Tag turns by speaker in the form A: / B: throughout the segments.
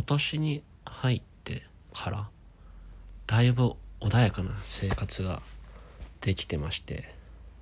A: 今年に入ってからだいぶ穏やかな生活ができてまして、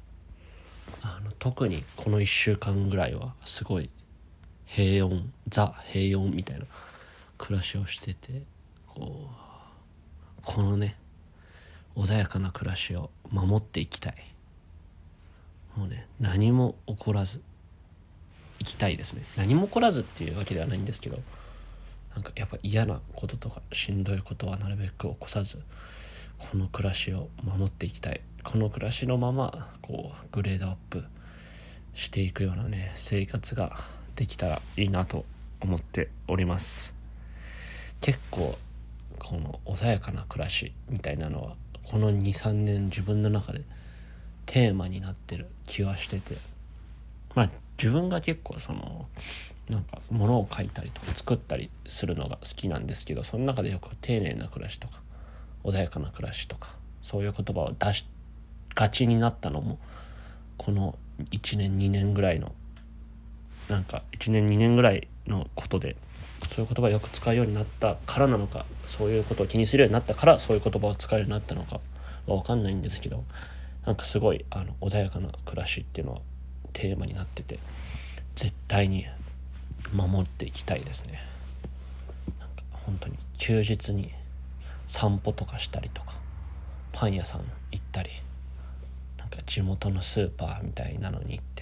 A: 特にこの1週間ぐらいはすごい平穏みたいな暮らしをしてて、このね穏やかな暮らしを守っていきたい。もうね、何も起こらず生きたいですね。何も起こらずっていうわけではないんですけど、なんかやっぱ嫌なこととかしんどいことはなるべく起こさず、この暮らしを守っていきたい。この暮らしのままグレードアップしていくようなね生活ができたらいいなと思っております。結構この穏やかな暮らしみたいなのはこの 2,3 年自分の中でテーマになってる気はしてて、自分が結構なんか物を描いたりとか作ったりするのが好きなんですけど、その中でよく丁寧な暮らしとか穏やかな暮らしとかそういう言葉を出しがちになったのもこの1年2年ぐらいの1年2年ぐらいのことで、そういう言葉をよく使うようになったからなのか、そういうことを気にするようになったからそういう言葉を使うようになったのかは分かんないんですけど、すごい穏やかな暮らしっていうのはテーマになってて、絶対に守っていきたいですね。本当に休日に散歩とかしたりとか、パン屋さん行ったり、地元のスーパーみたいなのに行って、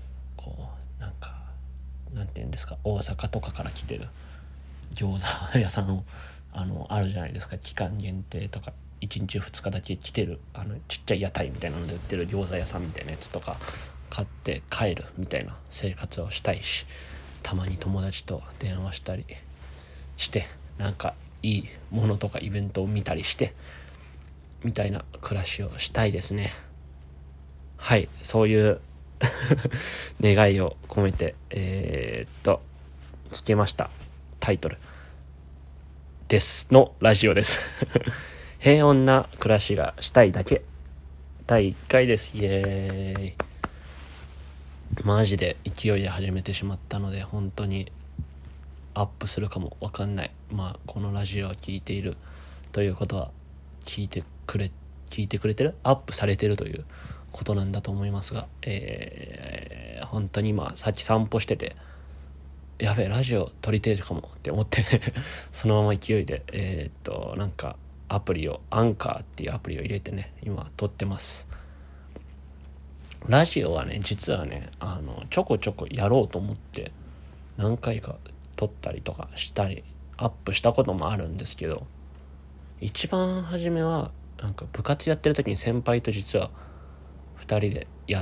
A: なんていうんですか、大阪とかから来てる餃子屋さんをあるじゃないですか、期間限定とか1日2日だけ来てるちっちゃい屋台みたいなので売ってる餃子屋さんみたいなやつとか買って帰るみたいな生活をしたいし、たまに友達と電話したりしていいものとかイベントを見たりしてみたいな暮らしをしたいですね。はい、そういう願いを込めてつけましたタイトルですのラジオです平穏な暮らしがしたいだけ第1回です。イエーイ。マジで勢いで始めてしまったので本当にアップするかもわかんない。このラジオを聞いているということは聞いてくれてる、アップされてるということなんだと思いますが、本当に今さっき散歩してて、やべえラジオ撮りてるかもって思ってそのまま勢いでアプリをアンカーっていうアプリを入れてね今撮ってます。ラジオはね実はねちょこちょこやろうと思って何回か撮ったりとかしたりアップしたこともあるんですけど、一番初めは部活やってる時に先輩と実は2人でやって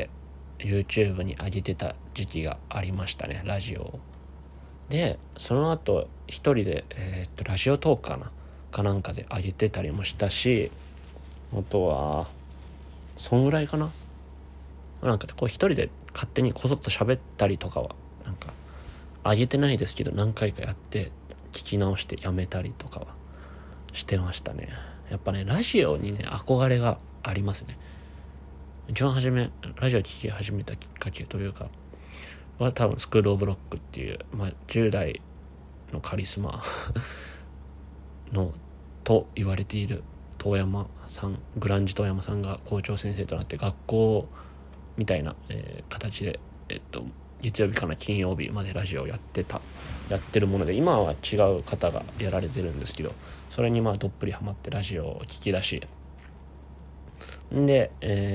A: YouTube に上げてた時期がありましたね、ラジオを。でその後一人で、ラジオトークかなんかで上げてたりもしたし、あとはそんぐらいかな。一人で勝手にこそっと喋ったりとかは上げてないですけど何回かやって聞き直してやめたりとかはしてましたね。やっぱねラジオにね憧れがありますね。一番初めラジオ聞き始めたきっかけというかは多分スクールオブロックっていう、10代のカリスマのと言われている遠山さん、グランジ遠山さんが校長先生となって学校みたいな、形で、月曜日から金曜日までラジオをやってるもので、今は違う方がやられてるんですけど、それにどっぷりハマってラジオを聞き出しで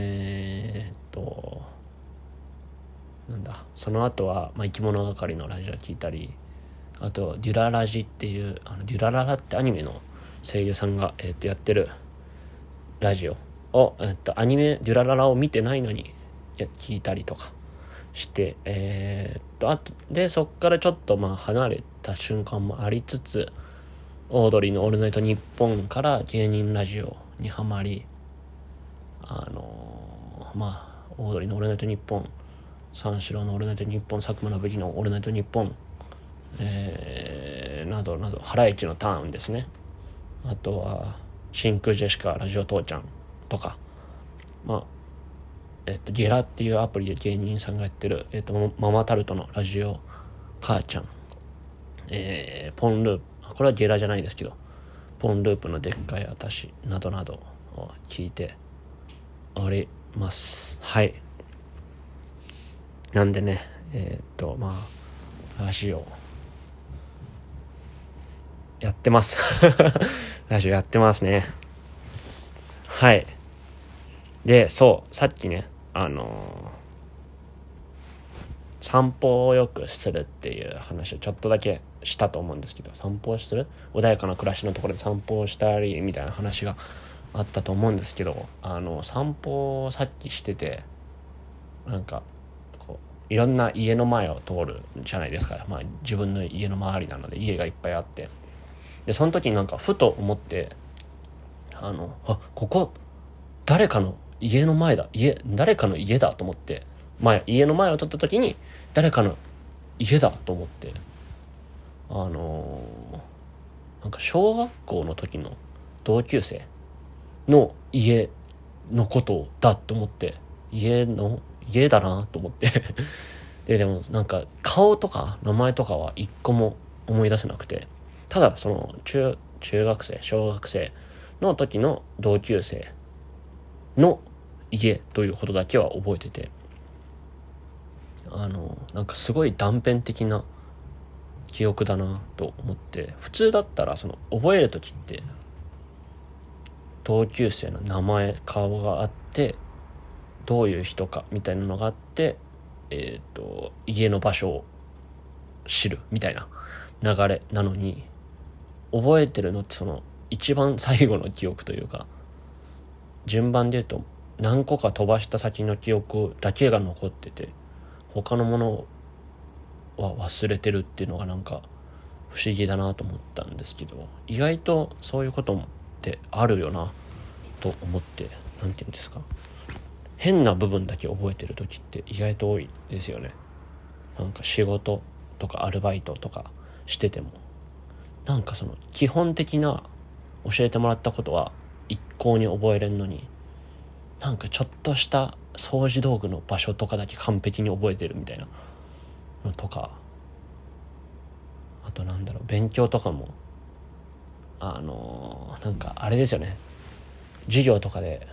A: その後は、生き物係のラジオを聞いたり、あとデュララジっていうデュラララってアニメの声優さんが、やってるラジオを、アニメデュラララを見てないのに聞いたりとかして、あとでそっからちょっと離れた瞬間もありつつ、オードリーのオールナイトニッポンから芸人ラジオにハマり、オードリーのオールナイトニッポン、三四郎のオールナイトニッポン、佐久間の武器のオールナイトニッポン、などなど、ハライチのターンですね。あとは真空ジェシカラジオ父ちゃんとか、ゲラっていうアプリで芸人さんがやってる、ママタルトのラジオ母ちゃんポンループ、これはゲラじゃないですけど、ポンループのでっかい私などなどを聞いております。はい。なんでね、ラジオやってますラジオやってますね。はい。で、そう、さっきね、散歩をよくするっていう話をちょっとだけしたと思うんですけど、散歩をする、穏やかな暮らしのところで散歩をしたりみたいな話があったと思うんですけど、散歩をさっきしてて、なんかこういろんな家の前を通るじゃないですか。自分の家の周りなので家がいっぱいあって、でその時になんかふと思って、ここ誰かの家の前だ、誰かの家だと思って、家の前を通った時に誰かの家だと思って、なんか小学校の時の同級生の家のことだと思って、家だなと思ってでもなんか顔とか名前とかは一個も思い出せなくて、ただその中学生小学生の時の同級生の家ということだけは覚えてて、なんかすごい断片的な記憶だなと思って、普通だったらその覚える時って同級生の名前顔があって、どういう人かみたいなのがあって、家の場所を知るみたいな流れなのに、覚えてるのってその一番最後の記憶というか、順番で言うと何個か飛ばした先の記憶だけが残ってて、他のものは忘れてるっていうのがなんか不思議だなと思ったんですけど、意外とそういうことってあるよなと思って、なんていうんですか、変な部分だけ覚えてる時って意外と多いですよね。なんか仕事とかアルバイトとかしてても、なんかその基本的な教えてもらったことは一向に覚えれんのに、なんかちょっとした掃除道具の場所とかだけ完璧に覚えてるみたいなのとか、あと勉強とかもなんかあれですよね、授業とかで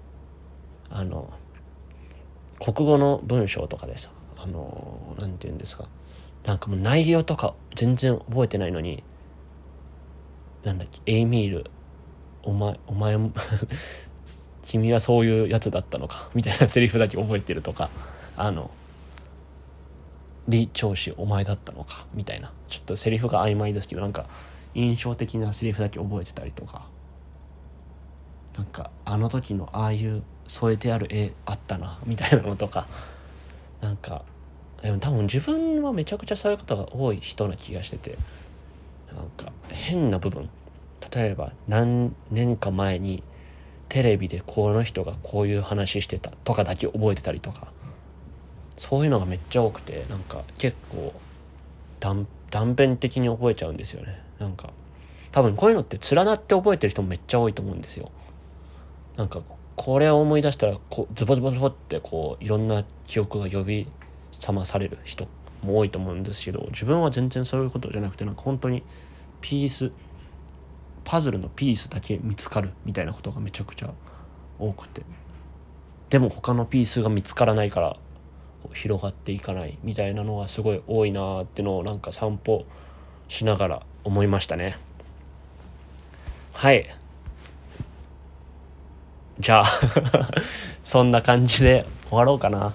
A: 国語の文章とかでさ、なんて言うんですか、なんかもう内容とか全然覚えてないのに、なんだっけ、エイミールお前君はそういうやつだったのかみたいなセリフだけ覚えてるとか、李長子お前だったのかみたいな、ちょっとセリフが曖昧ですけど、なんか印象的なセリフだけ覚えてたりとか、なんかあの時のああいう添えてある絵あったなみたいなのとか、なんかでも多分自分はめちゃくちゃそういうことが多い人な気がしてて、なんか変な部分、例えば何年か前にテレビでこの人がこういう話してたとかだけ覚えてたりとか、そういうのがめっちゃ多くて、なんか結構断片的に覚えちゃうんですよね。なんか多分こういうのって連なって覚えてる人もめっちゃ多いと思うんですよ。なんかこれを思い出したらズボズボズボっていろんな記憶が呼び覚まされる人も多いと思うんですけど、自分は全然そういうことじゃなくて、なんか本当にパズルのピースだけ見つかるみたいなことがめちゃくちゃ多くて、でも他のピースが見つからないから広がっていかないみたいなのがすごい多いなってのをなんか散歩しながら思いましたね。はい、じゃあそんな感じで終わろうかな。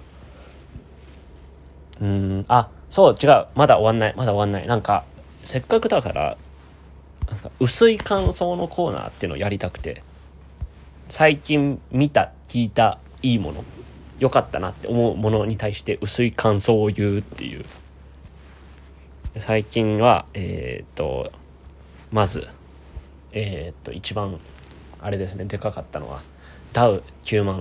A: そう違う、まだ終わんない。なんかせっかくだからなんか薄い感想のコーナーっていうのをやりたくて、最近見た聞いたいいもの、良かったなって思うものに対して薄い感想を言うっていう。最近はまず一番あれですね、でかかったのはダウ9万、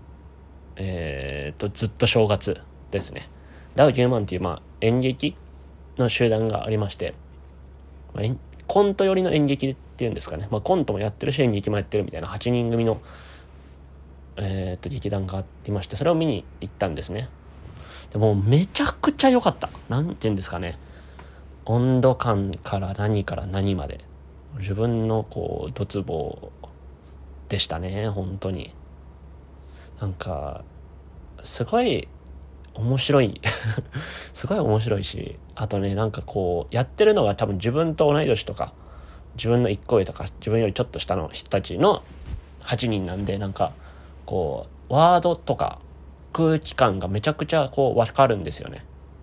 A: ずっと正月ですね。ダウ9万っていう演劇の集団がありまして、コント寄りの演劇っていうんですかね、コントもやってるし演劇もやってるみたいな8人組の劇団がありまして、それを見に行ったんですね。でもめちゃくちゃ良かった。なんていうんですかね、 温度感から何まで自分のこうドツボでしたね。本当になんかすごい面白いすごい面白いし、あとね、なんかこうやってるのが多分自分と同い年とか自分の1個上とか自分よりちょっと下の人たちの8人なんで、なんかこうワードとか空気感がめちゃくちゃこう分かるんですよね。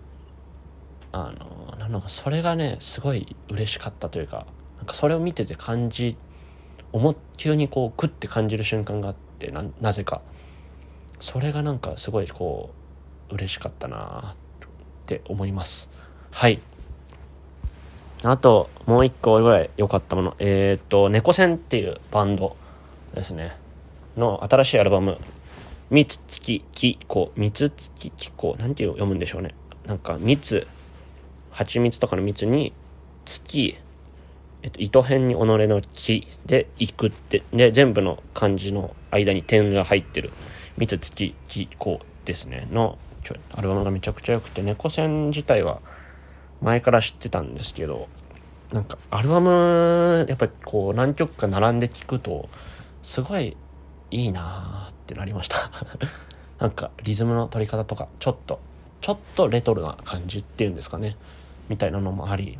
A: なんかそれがねすごい嬉しかったというか、なんかそれを見てて急にこうクッて感じる瞬間があって、なぜかそれがなんかすごいこう嬉しかったなって思います。はい。あともう一個ぐらい良かったもの、猫戦っていうバンドですねの新しいアルバム、蜜月きこ蜜月きこなんて読むんでしょうね。なんか蜜、蜂蜜とかの蜜に月、糸辺に己の木で行くってで、全部の漢字の間に点が入ってる蜜月きこですねのアルバムがめちゃくちゃ良くて、猫戦自体は前から知ってたんですけど、なんかアルバムやっぱりこう何曲か並んで聴くとすごいいいなーってなりましたなんかリズムの取り方とかちょっとレトロな感じっていうんですかね、みたいなのもあり、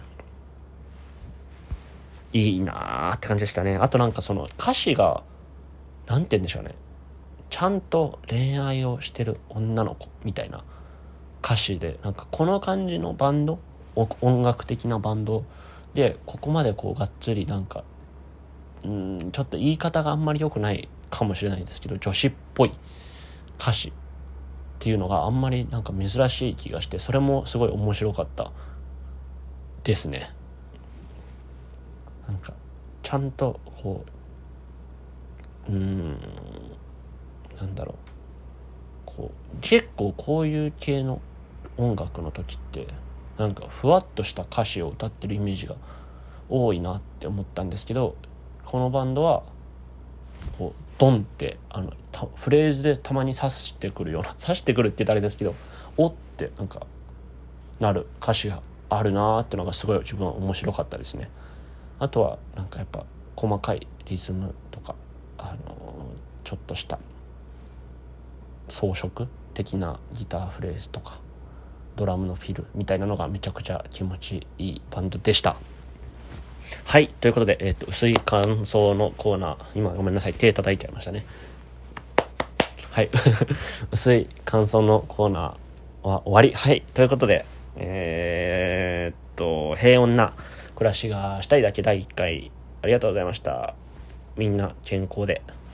A: いいなーって感じでしたね。あとなんかその歌詞がなんて言うんでしょうね、ちゃんと恋愛をしてる女の子みたいな歌詞で、なんかこの感じのバンド、音楽的なバンドでここまでこうがっつりなんかちょっと言い方があんまり良くないかもしれないですけど女子っぽい歌詞っていうのがあんまりなんか珍しい気がして、それもすごい面白かったですね。なんかちゃんとこうなんだろう、こう結構こういう系の音楽の時ってなんかふわっとした歌詞を歌ってるイメージが多いなって思ったんですけど、このバンドはこうドンってフレーズでたまに刺してくるような刺してくるって言ったらあれですけど、おってなんかなる歌詞があるなーってのがすごい自分は面白かったですね。あとはなんかやっぱ細かいリズムとか、ちょっとした装飾的なギターフレーズとかドラムのフィルみたいなのがめちゃくちゃ気持ちいいバンドでした。はい、ということで、薄い感想のコーナー、今ごめんなさい手叩いちゃいましたね。はい薄い感想のコーナーは終わり。はい、ということで平穏な暮らしがしたいだけ第1回ありがとうございました。みんな健康で